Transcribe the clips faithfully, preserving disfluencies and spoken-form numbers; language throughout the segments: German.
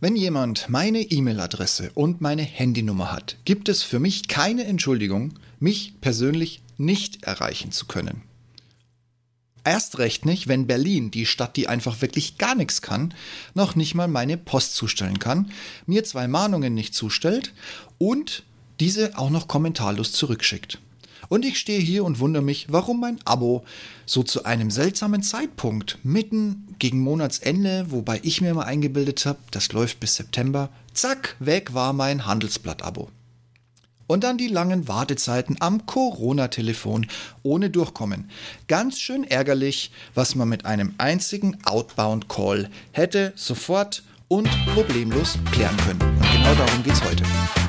Wenn jemand meine E-Mail-Adresse und meine Handynummer hat, gibt es für mich keine Entschuldigung, mich persönlich nicht erreichen zu können. Erst recht nicht, wenn Berlin, die Stadt, die einfach wirklich gar nichts kann, noch nicht mal meine Post zustellen kann, mir zwei Mahnungen nicht zustellt und diese auch noch kommentarlos zurückschickt. Und ich stehe hier und wundere mich, warum mein Abo so zu einem seltsamen Zeitpunkt, mitten gegen Monatsende, wobei ich mir mal eingebildet habe, das läuft bis September, zack, weg war mein Handelsblatt-Abo. Und dann die langen Wartezeiten am Corona-Telefon ohne Durchkommen. Ganz schön ärgerlich, was man mit einem einzigen Outbound-Call hätte sofort und problemlos klären können. Und genau darum geht's heute.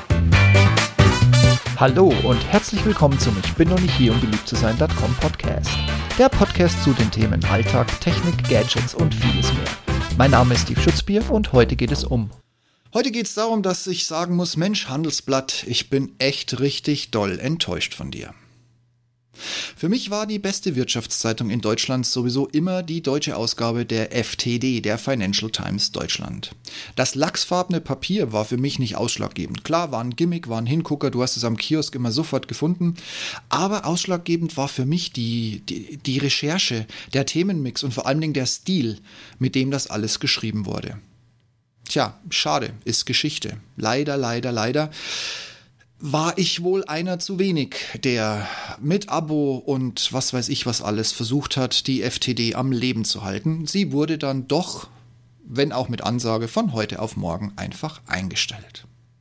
Hallo und herzlich willkommen zum Ich bin noch nicht hier, um beliebt zu sein Punkt com Podcast. Der Podcast zu den Themen Alltag, Technik, Gadgets und vieles mehr. Mein Name ist Steve Schutzbier und heute geht es um... Heute geht es darum, dass ich sagen muss, Mensch, Handelsblatt, ich bin echt richtig doll enttäuscht von dir. Für mich war die beste Wirtschaftszeitung in Deutschland sowieso immer die deutsche Ausgabe der F T D, der Financial Times Deutschland. Das lachsfarbene Papier war für mich nicht ausschlaggebend. Klar, war ein Gimmick, war ein Hingucker, du hast es am Kiosk immer sofort gefunden. Aber ausschlaggebend war für mich die, die, die Recherche, der Themenmix und vor allen Dingen der Stil, mit dem das alles geschrieben wurde. Tja, schade, ist Geschichte. Leider, leider, leider war ich wohl einer zu wenig, der mit Abo und was weiß ich was alles versucht hat, die F T D am Leben zu halten. Sie wurde dann doch, wenn auch mit Ansage, von heute auf morgen einfach eingestellt.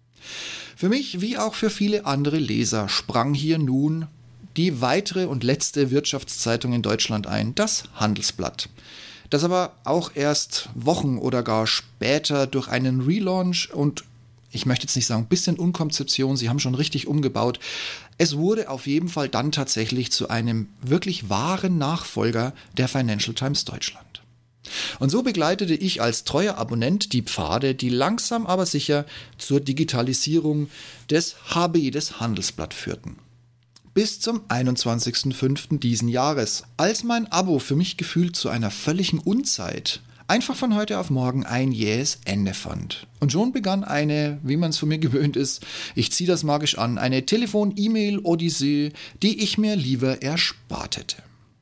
Für mich, wie auch für viele andere Leser, sprang hier nun die weitere und letzte Wirtschaftszeitung in Deutschland ein, das Handelsblatt. Das aber auch erst Wochen oder gar später durch einen Relaunch und ich möchte jetzt nicht sagen, ein bisschen Umkonzeption, sie haben schon richtig umgebaut. Es wurde auf jeden Fall dann tatsächlich zu einem wirklich wahren Nachfolger der Financial Times Deutschland. Und so begleitete ich als treuer Abonnent die Pfade, die langsam aber sicher zur Digitalisierung des H B, des Handelsblatt führten. Bis zum einundzwanzigsten fünften diesen Jahres, als mein Abo für mich gefühlt zu einer völligen Unzeit einfach von heute auf morgen ein jähes Ende fand. Und schon begann eine, wie man es von mir gewöhnt ist, ich ziehe das magisch an, eine Telefon-E-Mail-Odyssee, die ich mir lieber erspart hätte.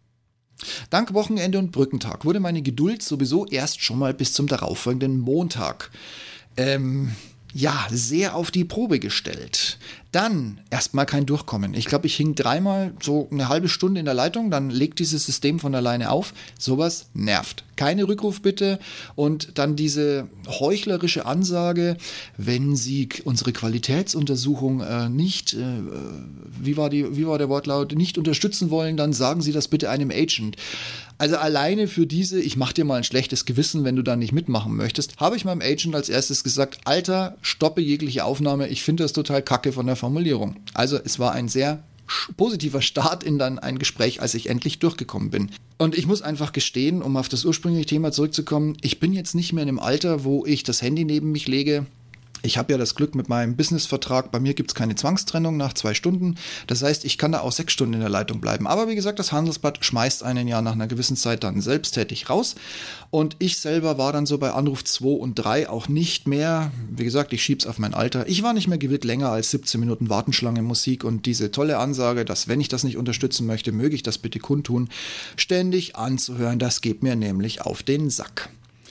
Dank Wochenende und Brückentag wurde meine Geduld sowieso erst schon mal bis zum darauffolgenden Montag ähm, ja, sehr auf die Probe gestellt. Dann erstmal kein Durchkommen. Ich glaube, ich hing dreimal so eine halbe Stunde in der Leitung, dann legt dieses System von alleine auf. Sowas nervt. Keine Rückruf bitte. Und dann diese heuchlerische Ansage, wenn Sie unsere Qualitätsuntersuchung äh, nicht, äh, wie war die, wie war der Wortlaut, nicht unterstützen wollen, dann sagen Sie das bitte einem Agent. Also alleine für diese, ich mach dir mal ein schlechtes Gewissen, wenn du da nicht mitmachen möchtest, habe ich meinem Agent als erstes gesagt, Alter, stoppe jegliche Aufnahme, ich finde das total kacke von der Formulierung. Also es war ein sehr positiver Start in dann ein Gespräch, als ich endlich durchgekommen bin. Und ich muss einfach gestehen, um auf das ursprüngliche Thema zurückzukommen, ich bin jetzt nicht mehr in einem Alter, wo ich das Handy neben mich lege. Ich habe ja das Glück mit meinem Businessvertrag, bei mir gibt es keine Zwangstrennung nach zwei Stunden. Das heißt, ich kann da auch sechs Stunden in der Leitung bleiben. Aber wie gesagt, das Handelsblatt schmeißt einen ja nach einer gewissen Zeit dann selbsttätig raus. Und ich selber war dann so bei Anruf zwei und drei auch nicht mehr, wie gesagt, ich schieb's auf mein Alter. Ich war nicht mehr gewillt, länger als siebzehn Minuten Wartenschlange Musik und diese tolle Ansage, dass wenn ich das nicht unterstützen möchte, möge ich das bitte kundtun, ständig anzuhören. Das geht mir nämlich auf den Sack.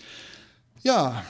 Ja,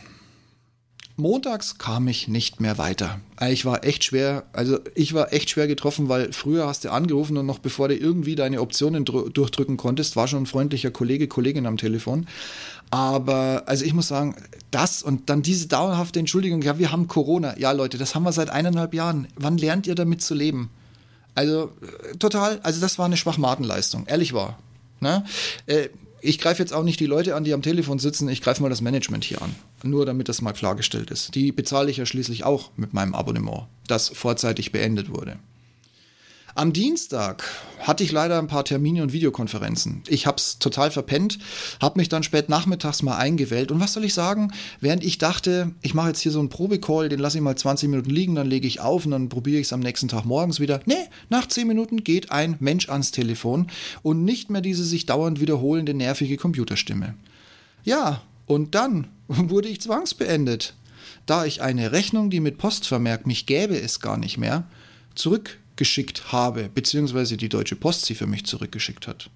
montags kam ich nicht mehr weiter. Ich war echt schwer, also ich war echt schwer getroffen, weil früher hast du angerufen und noch bevor du irgendwie deine Optionen dr- durchdrücken konntest, war schon ein freundlicher Kollege, Kollegin am Telefon. Aber, also ich muss sagen, das und dann diese dauerhafte Entschuldigung, ja, wir haben Corona. Ja, Leute, das haben wir seit eineinhalb Jahren. Wann lernt ihr damit zu leben? Also, total, also das war eine Schwachmatenleistung, ehrlich wahr. Ne? Äh, Ich greife jetzt auch nicht die Leute an, die am Telefon sitzen, ich greife mal das Management hier an. Nur damit das mal klargestellt ist. Die bezahle ich ja schließlich auch mit meinem Abonnement, das vorzeitig beendet wurde. Am Dienstag hatte ich leider ein paar Termine und Videokonferenzen. Ich hab's total verpennt, hab mich dann spät nachmittags mal eingewählt. Und was soll ich sagen? Während ich dachte, ich mache jetzt hier so einen Probecall, den lasse ich mal zwanzig Minuten liegen, dann lege ich auf und dann probiere ich es am nächsten Tag morgens wieder. Nee, nach zehn Minuten geht ein Mensch ans Telefon und nicht mehr diese sich dauernd wiederholende nervige Computerstimme. Ja, und dann wurde ich zwangsbeendet. da ich eine Rechnung, die mit Postvermerk, mich gäbe es gar nicht mehr, zurückgeschickt habe, beziehungsweise die Deutsche Post sie für mich zurückgeschickt hat.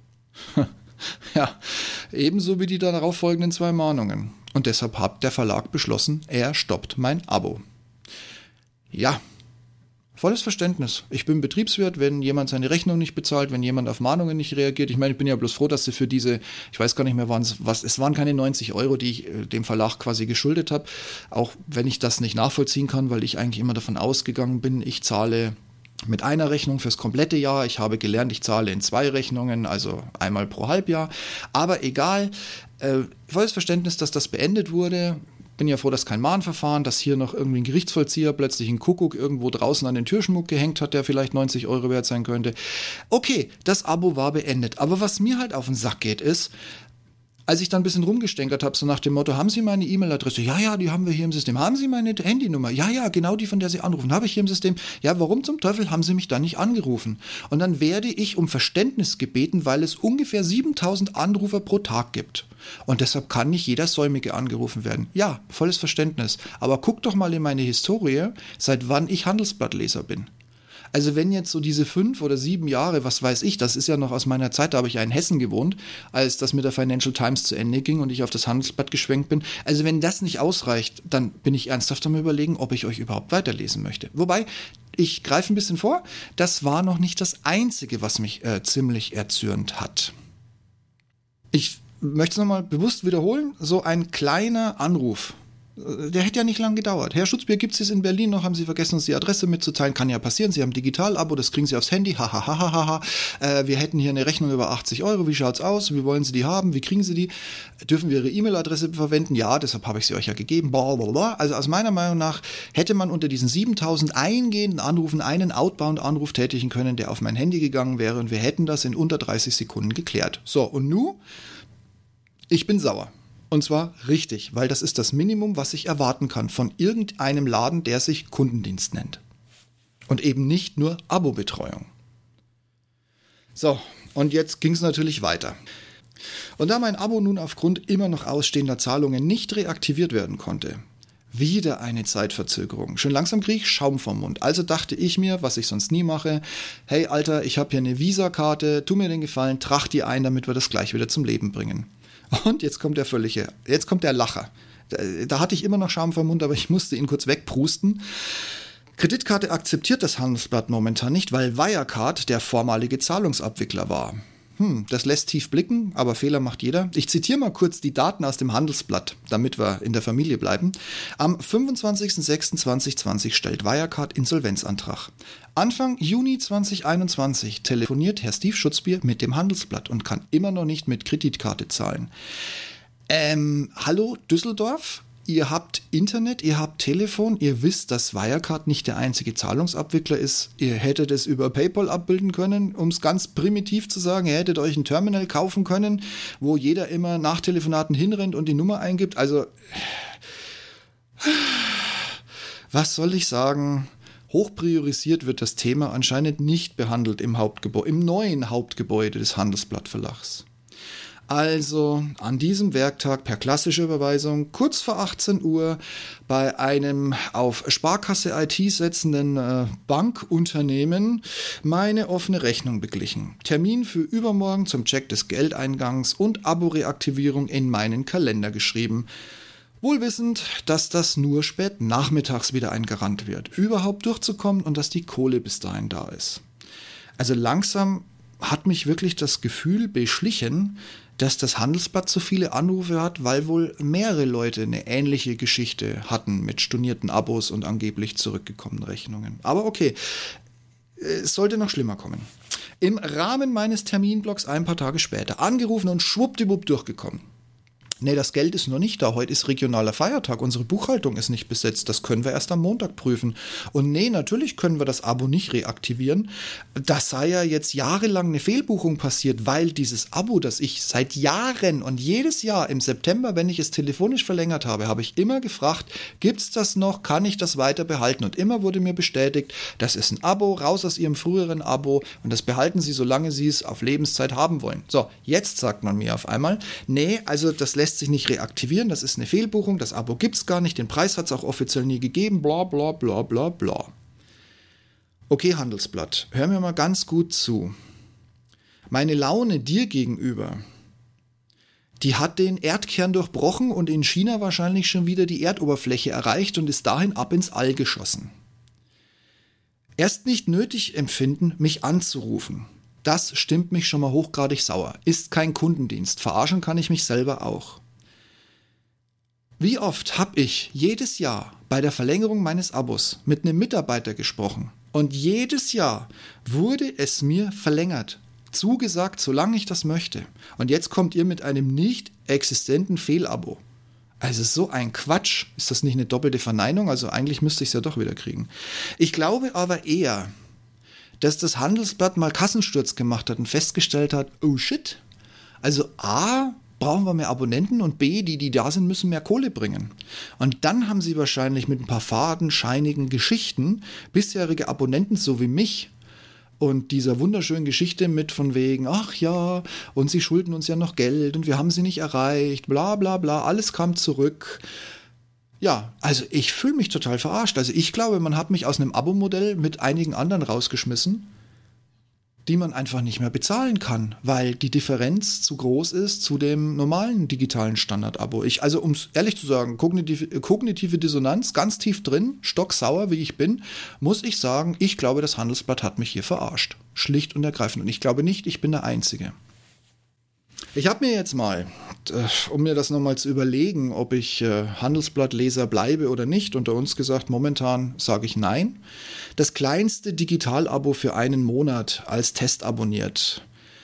Ja, ebenso wie die darauf folgenden zwei Mahnungen. Und deshalb hat der Verlag beschlossen, er stoppt mein Abo. Ja, volles Verständnis. Ich bin Betriebswirt, wenn jemand seine Rechnung nicht bezahlt, wenn jemand auf Mahnungen nicht reagiert. Ich meine, ich bin ja bloß froh, dass sie für diese, ich weiß gar nicht mehr, was, es waren keine neunzig Euro, die ich dem Verlag quasi geschuldet habe. Auch wenn ich das nicht nachvollziehen kann, weil ich eigentlich immer davon ausgegangen bin, ich zahle mit einer Rechnung fürs komplette Jahr. Ich habe gelernt, ich zahle in zwei Rechnungen, also einmal pro Halbjahr. Aber egal, äh, volles Verständnis, dass das beendet wurde. Bin ja froh, dass kein Mahnverfahren, dass hier noch irgendwie ein Gerichtsvollzieher plötzlich einen Kuckuck irgendwo draußen an den Türschmuck gehängt hat, der vielleicht neunzig Euro wert sein könnte. Okay, das Abo war beendet. Aber was mir halt auf den Sack geht, ist, als ich dann ein bisschen rumgestänkert habe, so nach dem Motto, haben Sie meine E-Mail-Adresse? Ja, ja, die haben wir hier im System. Haben Sie meine Handynummer? Ja, ja, genau die, von der Sie anrufen, habe ich hier im System. Ja, warum zum Teufel haben Sie mich dann nicht angerufen? Und dann werde ich um Verständnis gebeten, weil es ungefähr siebentausend Anrufer pro Tag gibt. Und deshalb kann nicht jeder Säumige angerufen werden. Ja, volles Verständnis. Aber guck doch mal in meine Historie, seit wann ich Handelsblattleser bin. Also wenn jetzt so diese fünf oder sieben Jahre, was weiß ich, das ist ja noch aus meiner Zeit, da habe ich ja in Hessen gewohnt, als das mit der Financial Times zu Ende ging und ich auf das Handelsblatt geschwenkt bin. Also wenn das nicht ausreicht, dann bin ich ernsthaft am Überlegen, ob ich euch überhaupt weiterlesen möchte. Wobei, ich greife ein bisschen vor, das war noch nicht das Einzige, was mich äh, ziemlich erzürnt hat. Ich möchte es nochmal bewusst wiederholen, so ein kleiner Anruf. Der hätte ja nicht lange gedauert. Herr Schutzbier, gibt es in Berlin noch? Haben Sie vergessen, uns die Adresse mitzuteilen? Kann ja passieren. Sie haben ein Digital-Abo, das kriegen Sie aufs Handy. Hahaha. Äh, wir hätten hier eine Rechnung über achtzig Euro. Wie schaut's aus? Wie wollen Sie die haben? Wie kriegen Sie die? Dürfen wir Ihre E-Mail-Adresse verwenden? Ja, deshalb habe ich sie euch ja gegeben. Blablabla. Also aus meiner Meinung nach hätte man unter diesen siebentausend eingehenden Anrufen einen Outbound-Anruf tätigen können, der auf mein Handy gegangen wäre und wir hätten das in unter dreißig Sekunden geklärt. So, und nun? Ich bin sauer. Und zwar richtig, weil das ist das Minimum, was ich erwarten kann von irgendeinem Laden, der sich Kundendienst nennt. Und eben nicht nur Abo-Betreuung. So, und jetzt ging es natürlich weiter. Und da mein Abo nun aufgrund immer noch ausstehender Zahlungen nicht reaktiviert werden konnte, wieder eine Zeitverzögerung. Schon langsam kriege ich Schaum vom Mund. Also dachte ich mir, was ich sonst nie mache, hey Alter, ich habe hier eine Visa-Karte, tu mir den Gefallen, trag die ein, damit wir das gleich wieder zum Leben bringen. Und jetzt kommt der völlige, jetzt kommt der Lacher. Da, da hatte ich immer noch Schaum vom Mund, aber ich musste ihn kurz wegprusten. Kreditkarte akzeptiert das Handelsblatt momentan nicht, weil Wirecard der vormalige Zahlungsabwickler war. Hm, das lässt tief blicken, aber Fehler macht jeder. Ich zitiere mal kurz die Daten aus dem Handelsblatt, damit wir in der Familie bleiben. Am fünfundzwanzigsten sechsten zweitausendzwanzig stellt Wirecard Insolvenzantrag. Anfang Juni zweitausendeinundzwanzig telefoniert Herr Steve Schutzbier mit dem Handelsblatt und kann immer noch nicht mit Kreditkarte zahlen. Ähm, hallo Düsseldorf? Ihr habt Internet, ihr habt Telefon, ihr wisst, dass Wirecard nicht der einzige Zahlungsabwickler ist. Ihr hättet es über PayPal abbilden können, um es ganz primitiv zu sagen. Ihr hättet euch ein Terminal kaufen können, wo jeder immer nach Telefonaten hinrennt und die Nummer eingibt. Also, was soll ich sagen? Hochpriorisiert wird das Thema anscheinend nicht behandelt im Hauptgebäude, im neuen Hauptgebäude des Handelsblattverlags. Also an diesem Werktag per klassischer Überweisung kurz vor achtzehn Uhr bei einem auf Sparkasse I T setzenden äh, Bankunternehmen meine offene Rechnung beglichen. Termin für übermorgen zum Check des Geldeingangs und Abo-Reaktivierung in meinen Kalender geschrieben. Wohl wissend, dass das nur spät nachmittags wieder ein Garant wird, überhaupt durchzukommen und dass die Kohle bis dahin da ist. Also langsam hat mich wirklich das Gefühl beschlichen, dass das Handelsblatt so viele Anrufe hat, weil wohl mehrere Leute eine ähnliche Geschichte hatten mit stornierten Abos und angeblich zurückgekommenen Rechnungen. Aber okay, es sollte noch schlimmer kommen. Im Rahmen meines Terminblocks ein paar Tage später angerufen und schwuppdiwupp durchgekommen. Nee, das Geld ist noch nicht da. Heute ist regionaler Feiertag. Unsere Buchhaltung ist nicht besetzt. Das können wir erst am Montag prüfen. Und nee, natürlich können wir das Abo nicht reaktivieren. Das sei ja jetzt jahrelang eine Fehlbuchung passiert, weil dieses Abo, das ich seit Jahren und jedes Jahr im September, wenn ich es telefonisch verlängert habe, habe ich immer gefragt, gibt's das noch? Kann ich das weiter behalten? Und immer wurde mir bestätigt, das ist ein Abo, raus aus Ihrem früheren Abo und das behalten Sie, solange Sie es auf Lebenszeit haben wollen. So, jetzt sagt man mir auf einmal, nee, also das lässt lässt sich nicht reaktivieren, das ist eine Fehlbuchung, das Abo gibt's gar nicht, den Preis hat es auch offiziell nie gegeben, bla bla bla bla bla. Okay, Handelsblatt, hör mir mal ganz gut zu. Meine Laune dir gegenüber, die hat den Erdkern durchbrochen und in China wahrscheinlich schon wieder die Erdoberfläche erreicht und ist dahin ab ins All geschossen. Erst nicht nötig empfinden, mich anzurufen. Das stimmt mich schon mal hochgradig sauer. Ist kein Kundendienst. Verarschen kann ich mich selber auch. Wie oft habe ich jedes Jahr bei der Verlängerung meines Abos mit einem Mitarbeiter gesprochen und jedes Jahr wurde es mir verlängert. Zugesagt, solange ich das möchte. Und jetzt kommt ihr mit einem nicht existenten Fehlabo. Also so ein Quatsch. Ist das nicht eine doppelte Verneinung? Also eigentlich müsste ich es ja doch wieder kriegen. Ich glaube aber eher, dass das Handelsblatt mal Kassensturz gemacht hat und festgestellt hat, oh shit, also A, brauchen wir mehr Abonnenten und B, die, die da sind, müssen mehr Kohle bringen. Und dann haben sie wahrscheinlich mit ein paar fadenscheinigen Geschichten bisherige Abonnenten, so wie mich, und dieser wunderschönen Geschichte mit von wegen, ach ja, und sie schulden uns ja noch Geld und wir haben sie nicht erreicht, bla bla bla, alles kam zurück. Ja, also ich fühle mich total verarscht. Also ich glaube, man hat mich aus einem Abo-Modell mit einigen anderen rausgeschmissen, die man einfach nicht mehr bezahlen kann, weil die Differenz zu groß ist zu dem normalen digitalen Standard-Abo. Ich, also um es ehrlich zu sagen, kognitive, kognitive Dissonanz, ganz tief drin, stocksauer wie ich bin, muss ich sagen, ich glaube, das Handelsblatt hat mich hier verarscht. Schlicht und ergreifend. Und ich glaube nicht, ich bin der Einzige. Ich habe mir jetzt mal, um mir das nochmal zu überlegen, ob ich äh, Handelsblattleser bleibe oder nicht, unter uns gesagt, momentan sage ich nein, das kleinste Digital-Abo für einen Monat als Test abonniert.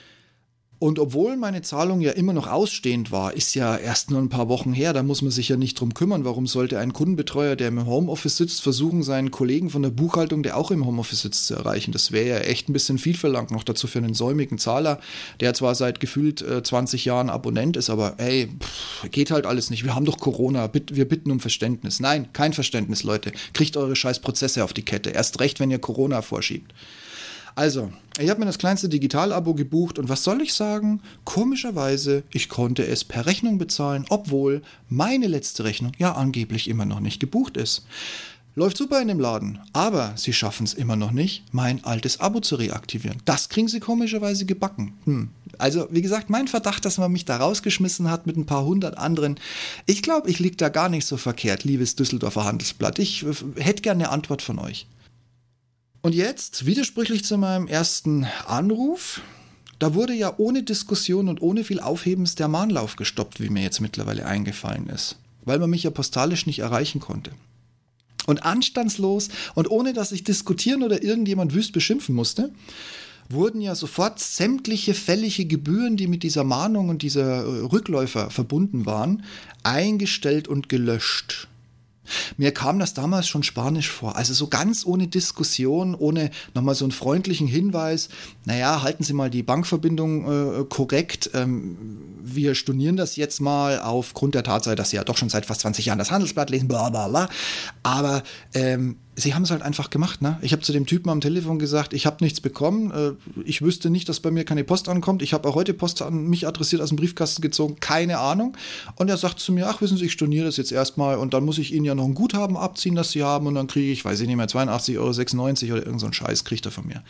Und obwohl meine Zahlung ja immer noch ausstehend war, ist ja erst nur ein paar Wochen her, da muss man sich ja nicht drum kümmern. Warum sollte ein Kundenbetreuer, der im Homeoffice sitzt, versuchen, seinen Kollegen von der Buchhaltung, der auch im Homeoffice sitzt, zu erreichen? Das wäre ja echt ein bisschen viel verlangt, noch dazu für einen säumigen Zahler, der zwar seit gefühlt äh, zwanzig Jahren Abonnent ist, aber ey, pff, geht halt alles nicht. Wir haben doch Corona, wir bitten um Verständnis. Nein, kein Verständnis, Leute. Kriegt eure scheiß Prozesse auf die Kette. Erst recht, wenn ihr Corona vorschiebt. Also, ich habe mir das kleinste Digital-Abo gebucht und was soll ich sagen? Komischerweise, ich konnte es per Rechnung bezahlen, obwohl meine letzte Rechnung ja angeblich immer noch nicht gebucht ist. Läuft super in dem Laden, aber sie schaffen es immer noch nicht, mein altes Abo zu reaktivieren. Das kriegen sie komischerweise gebacken. Hm. Also, wie gesagt, mein Verdacht, dass man mich da rausgeschmissen hat mit ein paar hundert anderen, ich glaube, ich liege da gar nicht so verkehrt, liebes Düsseldorfer Handelsblatt. Ich äh, hätte gerne eine Antwort von euch. Und jetzt, widersprüchlich zu meinem ersten Anruf, da wurde ja ohne Diskussion und ohne viel Aufhebens der Mahnlauf gestoppt, wie mir jetzt mittlerweile eingefallen ist, weil man mich ja postalisch nicht erreichen konnte. Und anstandslos und ohne dass ich diskutieren oder irgendjemand wüst beschimpfen musste, wurden ja sofort sämtliche fällige Gebühren, die mit dieser Mahnung und dieser Rückläufer verbunden waren, eingestellt und gelöscht. Mir kam das damals schon spanisch vor, also so ganz ohne Diskussion, ohne nochmal so einen freundlichen Hinweis, naja, halten Sie mal die Bankverbindung äh, korrekt, ähm, wir stornieren das jetzt mal aufgrund der Tatsache, dass Sie ja doch schon seit fast zwanzig Jahren das Handelsblatt lesen, bla bla bla, aber ähm, Sie haben es halt einfach gemacht, ne? Ich habe zu dem Typen am Telefon gesagt, ich habe nichts bekommen, äh, ich wüsste nicht, dass bei mir keine Post ankommt, ich habe auch heute Post an mich adressiert, aus dem Briefkasten gezogen, keine Ahnung. Und er sagt zu mir, ach wissen Sie, ich storniere das jetzt erstmal und dann muss ich Ihnen ja noch ein Guthaben abziehen, das Sie haben und dann kriege ich, weiß ich nicht mehr, zweiundachtzig Euro sechsundneunzig oder irgend so ein Scheiß kriegt er von mir.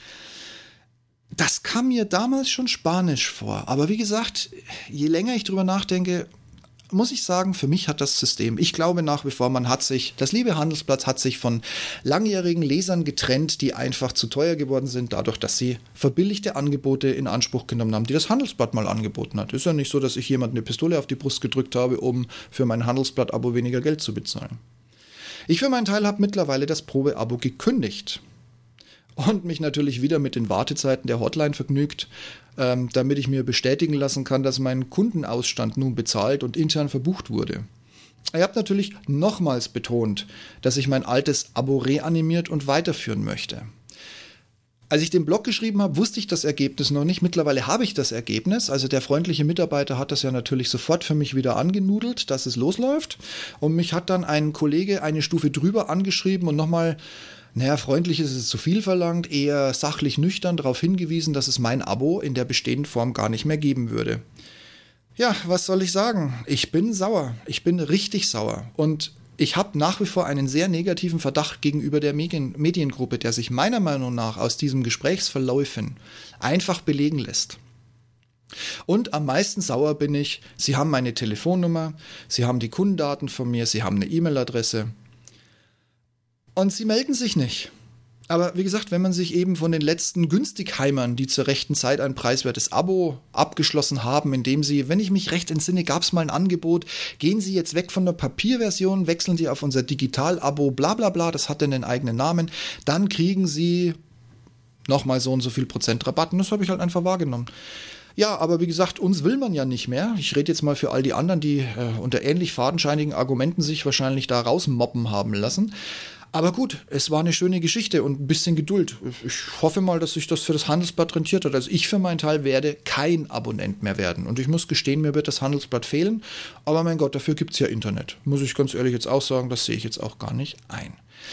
Das kam mir damals schon spanisch vor, aber wie gesagt, je länger ich drüber nachdenke, muss ich sagen, für mich hat das System, ich glaube nach wie vor, man hat sich, das liebe Handelsblatt hat sich von langjährigen Lesern getrennt, die einfach zu teuer geworden sind, dadurch, dass sie verbilligte Angebote in Anspruch genommen haben, die das Handelsblatt mal angeboten hat. Ist ja nicht so, dass ich jemand eine Pistole auf die Brust gedrückt habe, um für mein Handelsblatt-Abo weniger Geld zu bezahlen. Ich für meinen Teil habe mittlerweile das Probe-Abo gekündigt. Und mich natürlich wieder mit den Wartezeiten der Hotline vergnügt, ähm, damit ich mir bestätigen lassen kann, dass mein Kundenausstand nun bezahlt und intern verbucht wurde. Ich habe natürlich nochmals betont, dass ich mein altes Abo reanimiert und weiterführen möchte. Als ich den Blog geschrieben habe, wusste ich das Ergebnis noch nicht. Mittlerweile habe ich das Ergebnis. Also der freundliche Mitarbeiter hat das ja natürlich sofort für mich wieder angenudelt, dass es losläuft. Und mich hat dann ein Kollege eine Stufe drüber angeschrieben und nochmal, naja, freundlich ist es zu viel verlangt, eher sachlich nüchtern darauf hingewiesen, dass es mein Abo in der bestehenden Form gar nicht mehr geben würde. Ja, was soll ich sagen? Ich bin sauer. Ich bin richtig sauer. Und ich habe nach wie vor einen sehr negativen Verdacht gegenüber der Medien- Mediengruppe, der sich meiner Meinung nach aus diesem Gesprächsverläufen einfach belegen lässt. Und am meisten sauer bin ich, sie haben meine Telefonnummer, sie haben die Kundendaten von mir, sie haben eine E-Mail-Adresse und sie melden sich nicht. Aber wie gesagt, wenn man sich eben von den letzten Günstigheimern, die zur rechten Zeit ein preiswertes Abo abgeschlossen haben, indem sie, wenn ich mich recht entsinne, gab es mal ein Angebot, gehen Sie jetzt weg von der Papierversion, wechseln Sie auf unser Digital-Abo, bla bla bla, das hat dann den eigenen Namen, dann kriegen Sie nochmal so und so viel Prozent Rabatt. Und das habe ich halt einfach wahrgenommen. Ja, aber wie gesagt, uns will man ja nicht mehr. Ich rede jetzt mal für all die anderen, die äh, unter ähnlich fadenscheinigen Argumenten sich wahrscheinlich da rausmoppen haben lassen. Aber gut, es war eine schöne Geschichte und ein bisschen Geduld. Ich hoffe mal, dass sich das für das Handelsblatt rentiert hat. Also ich für meinen Teil werde kein Abonnent mehr werden. Und ich muss gestehen, mir wird das Handelsblatt fehlen. Aber mein Gott, dafür gibt es ja Internet. Muss ich ganz ehrlich jetzt auch sagen, das sehe ich jetzt auch gar nicht ein.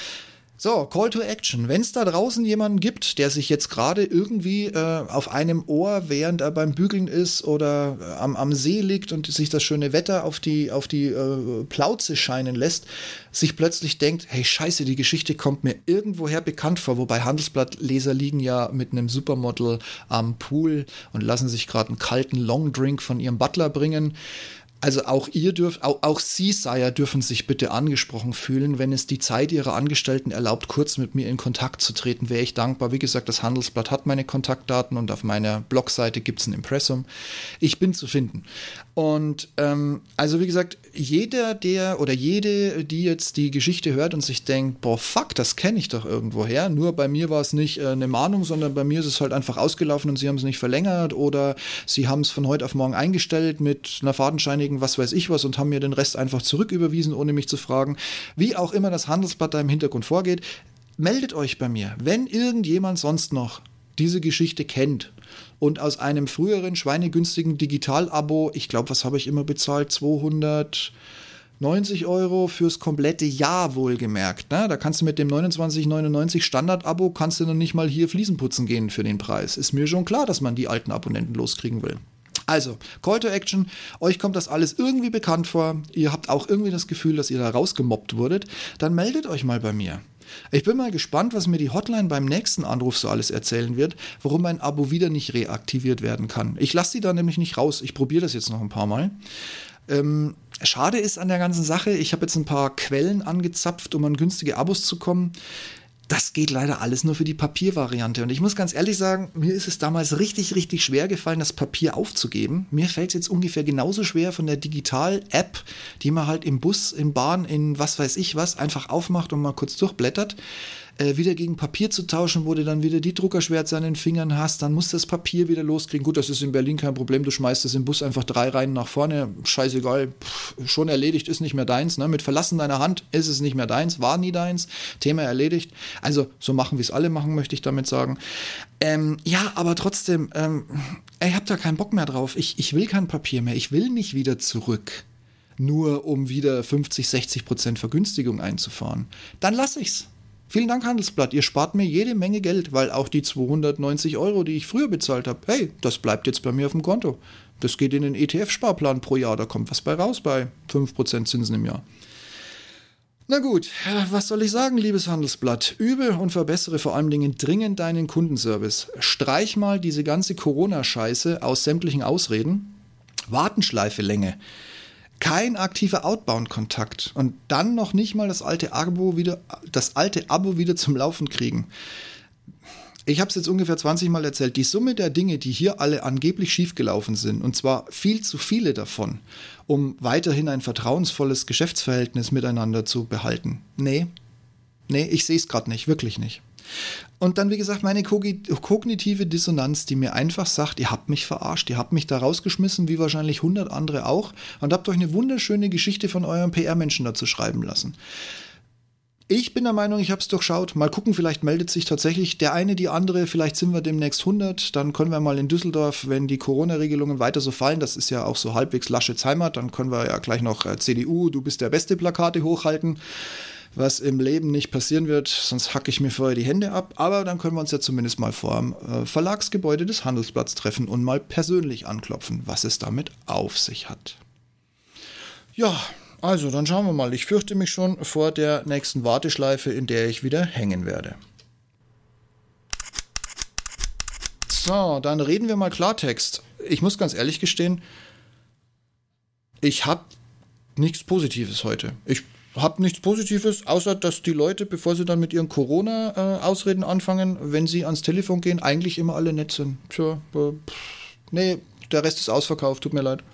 So, Call to Action. Wenn es da draußen jemanden gibt, der sich jetzt gerade irgendwie äh, auf einem Ohr, während er beim Bügeln ist oder äh, am, am See liegt und sich das schöne Wetter auf die, auf die äh, Plauze scheinen lässt, sich plötzlich denkt, hey scheiße, die Geschichte kommt mir irgendwoher bekannt vor, wobei Handelsblattleser liegen ja mit einem Supermodel am Pool und lassen sich gerade einen kalten Longdrink von ihrem Butler bringen. Also auch ihr dürft, auch, auch Sie, Sire, dürfen sich bitte angesprochen fühlen. Wenn es die Zeit Ihrer Angestellten erlaubt, kurz mit mir in Kontakt zu treten, wäre ich dankbar. Wie gesagt, das Handelsblatt hat meine Kontaktdaten und auf meiner Blogseite gibt es ein Impressum. Ich bin zu finden. Und ähm, also wie gesagt, jeder, der oder jede, die jetzt die Geschichte hört und sich denkt, boah, fuck, das kenne ich doch irgendwoher. Nur bei mir war es nicht äh, eine Mahnung, sondern bei mir ist es halt einfach ausgelaufen und Sie haben es nicht verlängert oder Sie haben es von heute auf morgen eingestellt mit einer fadenscheinigen was weiß ich was und haben mir den Rest einfach zurücküberwiesen, ohne mich zu fragen. Wie auch immer das Handelsblatt da im Hintergrund vorgeht, meldet euch bei mir, wenn irgendjemand sonst noch diese Geschichte kennt und aus einem früheren schweinegünstigen Digital-Abo, ich glaube, was habe ich immer bezahlt, zweihundertneunzig Euro fürs komplette Jahr wohlgemerkt. Ne? Da kannst du mit dem neunundzwanzig neunundneunzig Standard-Abo, kannst du noch nicht mal hier Fliesen putzen gehen für den Preis. Ist mir schon klar, dass man die alten Abonnenten loskriegen will. Also, Call to Action, euch kommt das alles irgendwie bekannt vor, ihr habt auch irgendwie das Gefühl, dass ihr da rausgemobbt wurdet, dann meldet euch mal bei mir. Ich bin mal gespannt, was mir die Hotline beim nächsten Anruf so alles erzählen wird, warum mein Abo wieder nicht reaktiviert werden kann. Ich lasse die da nämlich nicht raus, ich probiere das jetzt noch ein paar Mal. Ähm, schade ist an der ganzen Sache, ich habe jetzt ein paar Quellen angezapft, um an günstige Abos zu kommen. Das geht leider alles nur für die Papiervariante. Und ich muss ganz ehrlich sagen, mir ist es damals richtig, richtig schwer gefallen, das Papier aufzugeben. Mir fällt es jetzt ungefähr genauso schwer von der Digital-App, die man halt im Bus, in Bahn, in was weiß ich was, einfach aufmacht und mal kurz durchblättert, äh, wieder gegen Papier zu tauschen, wo du dann wieder die Druckerschwärze an den Fingern hast, dann musst du das Papier wieder loskriegen. Gut, das ist in Berlin kein Problem, du schmeißt es im Bus einfach drei Reihen nach vorne, scheißegal, pff, schon erledigt, ist nicht mehr deins. Ne? Mit Verlassen deiner Hand ist es nicht mehr deins, war nie deins, Thema erledigt. Also so machen, wie es alle machen, möchte ich damit sagen. Ähm, ja, aber trotzdem, ähm, ich hab da keinen Bock mehr drauf. Ich, ich will kein Papier mehr, ich will nicht wieder zurück, nur um wieder fünfzig, sechzig Prozent Vergünstigung einzufahren. Dann lass ich's. Vielen Dank, Handelsblatt. Ihr spart mir jede Menge Geld, weil auch die zweihundertneunzig Euro, die ich früher bezahlt habe, hey, das bleibt jetzt bei mir auf dem Konto. Das geht in den E T F-Sparplan pro Jahr, da kommt was bei raus bei fünf Prozent Zinsen im Jahr. Na gut, was soll ich sagen, liebes Handelsblatt? Übe und verbessere vor allem Dingen dringend deinen Kundenservice. Streich mal diese ganze Corona-Scheiße aus sämtlichen Ausreden. Wartenschleife Länge. Kein aktiver Outbound-Kontakt und dann noch nicht mal das alte Abo wieder, das alte Abo wieder zum Laufen kriegen. Ich habe es jetzt ungefähr zwanzig Mal erzählt. Die Summe der Dinge, die hier alle angeblich schiefgelaufen sind, und zwar viel zu viele davon, um weiterhin ein vertrauensvolles Geschäftsverhältnis miteinander zu behalten. Nee, nee, ich sehe es gerade nicht, wirklich nicht. Und dann, wie gesagt, meine kognitive Dissonanz, die mir einfach sagt, ihr habt mich verarscht, ihr habt mich da rausgeschmissen, wie wahrscheinlich hundert andere auch, und habt euch eine wunderschöne Geschichte von eurem P R-Menschen dazu schreiben lassen. Ich bin der Meinung, ich habe es durchschaut. Mal gucken, vielleicht meldet sich tatsächlich der eine, die andere, vielleicht sind wir demnächst hundert, dann können wir mal in Düsseldorf, wenn die Corona-Regelungen weiter so fallen, das ist ja auch so halbwegs Laschets Heimat, dann können wir ja gleich noch C D U, du bist der beste Plakate hochhalten. was im Leben nicht passieren wird, sonst hacke ich mir vorher die Hände ab. Aber dann können wir uns ja zumindest mal vor dem äh, Verlagsgebäude des Handelsblatts treffen und mal persönlich anklopfen, was es damit auf sich hat. Ja, also dann schauen wir mal. Ich fürchte mich schon vor der nächsten Warteschleife, in der ich wieder hängen werde. So, dann reden wir mal Klartext. Ich muss ganz ehrlich gestehen, ich habe nichts Positives heute. Ich habe nichts Positives, außer dass die Leute, bevor sie dann mit ihren Corona-Ausreden anfangen, wenn sie ans Telefon gehen, eigentlich immer alle nett sind. Tja, äh, nee, der Rest ist ausverkauft, tut mir leid.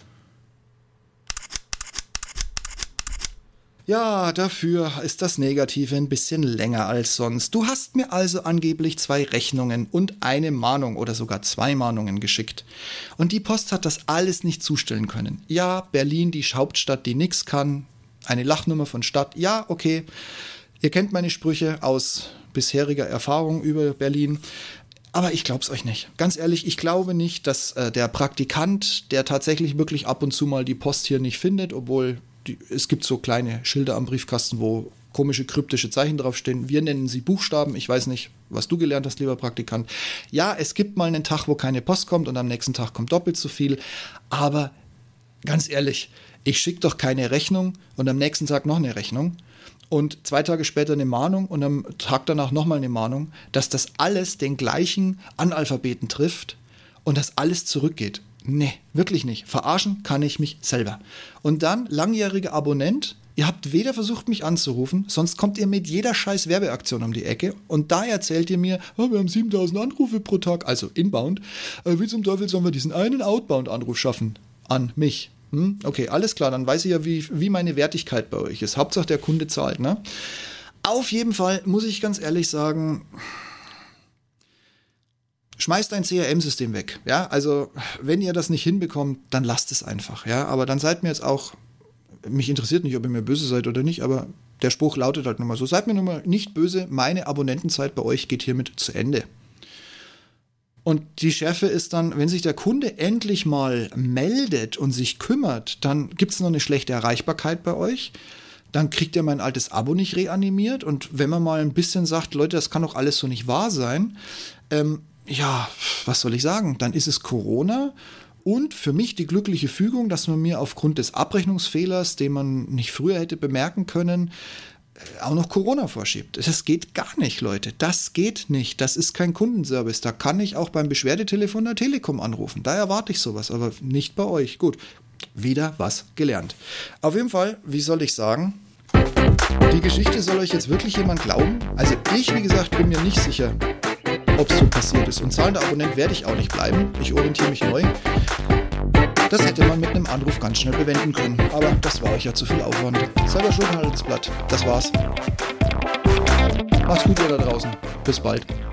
Ja, dafür ist das Negative ein bisschen länger als sonst. Du hast mir also angeblich zwei Rechnungen und eine Mahnung oder sogar zwei Mahnungen geschickt. Und die Post hat das alles nicht zustellen können. Ja, Berlin, die Hauptstadt, die nix kann. Eine Lachnummer von Stadt. Ja, okay. Ihr kennt meine Sprüche aus bisheriger Erfahrung über Berlin. Aber ich glaub's euch nicht. Ganz ehrlich, ich glaube nicht, dass äh, der Praktikant, der tatsächlich wirklich ab und zu mal die Post hier nicht findet, obwohl die, es gibt so kleine Schilder am Briefkasten, wo komische kryptische Zeichen draufstehen. Wir nennen sie Buchstaben. Ich weiß nicht, was du gelernt hast, lieber Praktikant. Ja, es gibt mal einen Tag, wo keine Post kommt und am nächsten Tag kommt doppelt so viel. Aber ganz ehrlich, ich schicke doch keine Rechnung und am nächsten Tag noch eine Rechnung und zwei Tage später eine Mahnung und am Tag danach nochmal eine Mahnung, dass das alles den gleichen Analphabeten trifft und dass alles zurückgeht. Nee, wirklich nicht. Verarschen kann ich mich selber. Und dann, langjähriger Abonnent, ihr habt weder versucht, mich anzurufen, sonst kommt ihr mit jeder scheiß Werbeaktion um die Ecke und da erzählt ihr mir, oh, wir haben siebentausend Anrufe pro Tag, also inbound. Äh, wie zum Teufel sollen wir diesen einen Outbound-Anruf schaffen? An mich. Hm? Okay, alles klar, dann weiß ich ja, wie, wie meine Wertigkeit bei euch ist. Hauptsache der Kunde zahlt, ne? Auf jeden Fall muss ich ganz ehrlich sagen, schmeißt ein C R M-System weg. Ja, also wenn ihr das nicht hinbekommt, dann lasst es einfach. Ja, aber dann seid mir jetzt auch, mich interessiert nicht, ob ihr mir böse seid oder nicht, aber der Spruch lautet halt nun mal so, seid mir nun mal nicht böse, meine Abonnentenzeit bei euch geht hiermit zu Ende. Und die Schärfe ist dann, wenn sich der Kunde endlich mal meldet und sich kümmert, dann gibt es noch eine schlechte Erreichbarkeit bei euch. Dann kriegt ihr mein altes Abo nicht reanimiert. Und wenn man mal ein bisschen sagt, Leute, das kann doch alles so nicht wahr sein, ähm, ja, was soll ich sagen? Dann ist es Corona und für mich die glückliche Fügung, dass man mir aufgrund des Abrechnungsfehlers, den man nicht früher hätte bemerken können, auch noch Corona vorschiebt. Das geht gar nicht, Leute. Das geht nicht. Das ist kein Kundenservice. Da kann ich auch beim Beschwerdetelefon der Telekom anrufen. Da erwarte ich sowas, aber nicht bei euch. Gut, wieder was gelernt. Auf jeden Fall, wie soll ich sagen, die Geschichte soll euch jetzt wirklich jemand glauben? Also ich, wie gesagt, bin mir nicht sicher, ob es so passiert ist. Und zahlender Abonnent werde ich auch nicht bleiben. Ich orientiere mich neu. Das hätte man mit einem Anruf ganz schnell bewenden können. Aber das war euch ja zu viel Aufwand. Selber schuld, Handelsblatt. Das war's. Macht's gut, ihr da draußen. Bis bald.